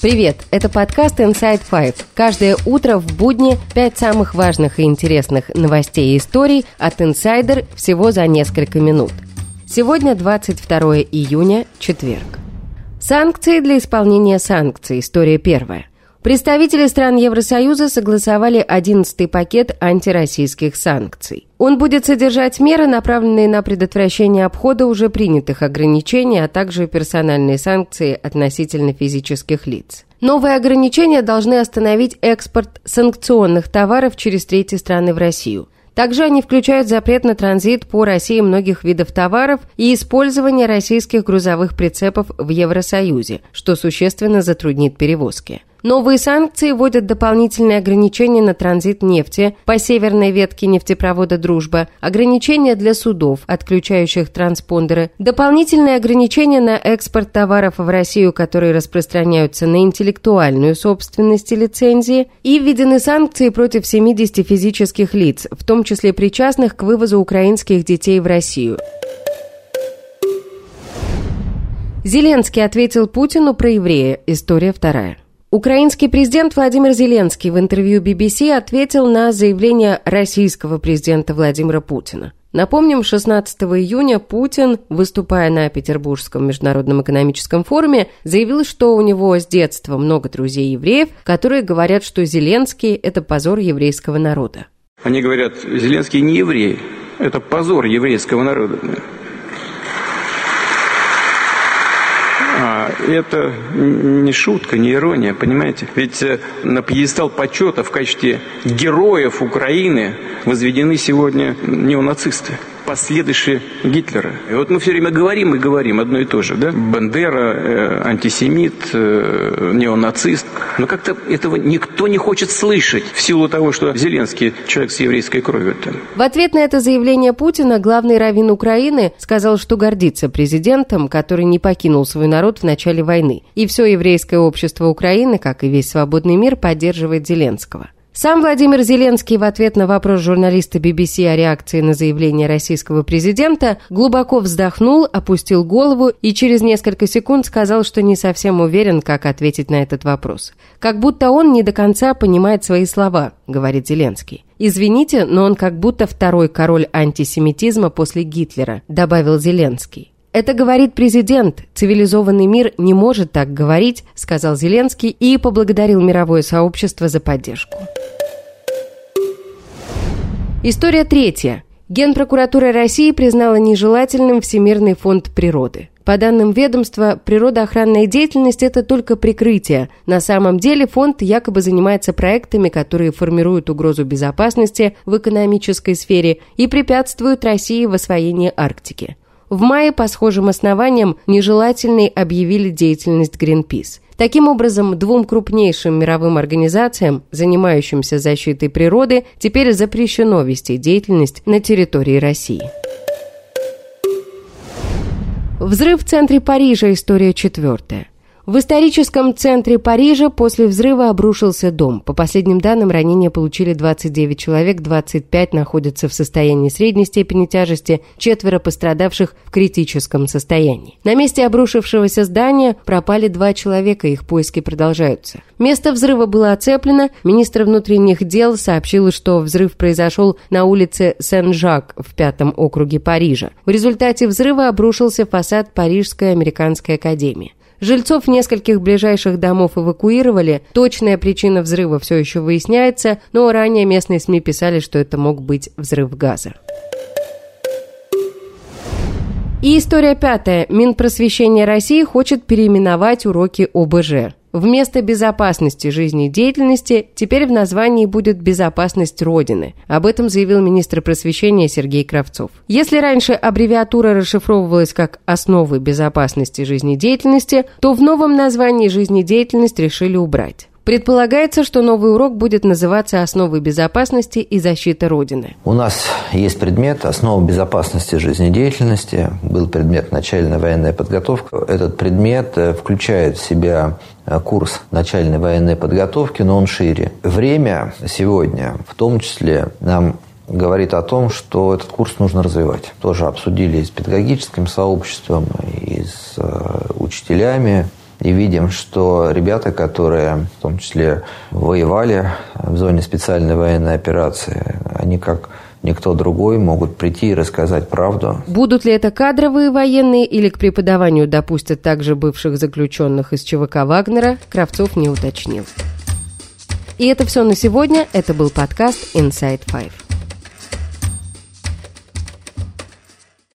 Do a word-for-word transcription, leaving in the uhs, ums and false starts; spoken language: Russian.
Привет, это подкаст Inside Five. Каждое утро в будни пять самых важных и интересных новостей и историй от Insider всего за несколько минут. Сегодня двадцать второе июня, четверг. Санкции для исполнения санкций. История первая. Представители стран Евросоюза согласовали одиннадцатый пакет антироссийских санкций. Он будет содержать меры, направленные на предотвращение обхода уже принятых ограничений, а также персональные санкции относительно физических лиц. Новые ограничения должны остановить экспорт санкционных товаров через третьи страны в Россию. Также они включают запрет на транзит по России многих видов товаров и использование российских грузовых прицепов в Евросоюзе, что существенно затруднит перевозки. Новые санкции вводят дополнительные ограничения на транзит нефти по северной ветке нефтепровода «Дружба», ограничения для судов, отключающих транспондеры, дополнительные ограничения на экспорт товаров в Россию, которые распространяются на интеллектуальную собственность и лицензии, и введены санкции против семидесяти физических лиц, в том числе причастных к вывозу украинских детей в Россию. Зеленский ответил Путину про еврея. История вторая. Украинский президент Владимир Зеленский в интервью би би си ответил на заявление российского президента Владимира Путина. Напомним, шестнадцатого июня Путин, выступая на Петербургском международном экономическом форуме, заявил, что у него с детства много друзей-евреев, которые говорят, что Зеленский – это позор еврейского народа. Они говорят, Зеленский не еврей, это позор еврейского народа. А, это не шутка, не ирония, понимаете? Ведь на пьедестал почета в качестве героев Украины возведены сегодня неонацисты, последующие Гитлера. И вот мы все время говорим и говорим одно и то же, да? Бандера, э, антисемит, э, неонацист. Но как-то этого никто не хочет слышать в силу того, что Зеленский человек с еврейской кровью. В ответ на это заявление Путина главный раввин Украины сказал, что гордится президентом, который не покинул свой народ в начале войны. И все еврейское общество Украины, как и весь свободный мир, поддерживает Зеленского. Сам Владимир Зеленский в ответ на вопрос журналиста би би си о реакции на заявление российского президента глубоко вздохнул, опустил голову и через несколько секунд сказал, что не совсем уверен, как ответить на этот вопрос. Как будто он не до конца понимает свои слова, говорит Зеленский. «Извините, но он как будто второй король антисемитизма после Гитлера», добавил Зеленский. «Это говорит президент. Цивилизованный мир не может так говорить», сказал Зеленский и поблагодарил мировое сообщество за поддержку. История третья. Генпрокуратура России признала нежелательным Всемирный фонд природы. По данным ведомства, природоохранная деятельность – это только прикрытие. На самом деле фонд якобы занимается проектами, которые формируют угрозу безопасности в экономической сфере и препятствуют России в освоении Арктики. В мае по схожим основаниям нежелательной объявили деятельность Greenpeace. Таким образом, двум крупнейшим мировым организациям, занимающимся защитой природы, теперь запрещено вести деятельность на территории России. Взрыв в центре Парижа. История четвертая. В историческом центре Парижа после взрыва обрушился дом. По последним данным, ранения получили двадцать девять человек, двадцать пять находятся в состоянии средней степени тяжести, четверо пострадавших в критическом состоянии. На месте обрушившегося здания пропали два человека, их поиски продолжаются. Место взрыва было оцеплено. Министр внутренних дел сообщил, что взрыв произошел на улице Сен-Жак в пятом округе Парижа. В результате взрыва обрушился фасад Парижской американской академии. Жильцов нескольких ближайших домов эвакуировали. Точная причина взрыва все еще выясняется, но ранее местные СМИ писали, что это мог быть взрыв газа. И история пятая. Минпросвещение России хочет переименовать уроки о бэ жэ. Вместо безопасности жизнедеятельности теперь в названии будет безопасность Родины. Об этом заявил министр просвещения Сергей Кравцов. Если раньше аббревиатура расшифровывалась как «Основы безопасности жизнедеятельности», то в новом названии жизнедеятельность решили убрать. Предполагается, что новый урок будет называться «Основы безопасности и защиты Родины». У нас есть предмет «Основы безопасности жизнедеятельности». Был предмет «Начальная военная подготовка». Этот предмет включает в себя курс начальной военной подготовки, но он шире. Время сегодня, в том числе, нам говорит о том, что этот курс нужно развивать. Тоже обсудили и с педагогическим сообществом, и с учителями. и видим, что ребята, которые в том числе воевали в зоне специальной военной операции, они как никто другой могут прийти и рассказать правду. Будут ли это кадровые военные или к преподаванию допустят также бывших заключенных из ЧВК Вагнера, Кравцов не уточнил. И это все на сегодня. Это был подкаст Inside Five.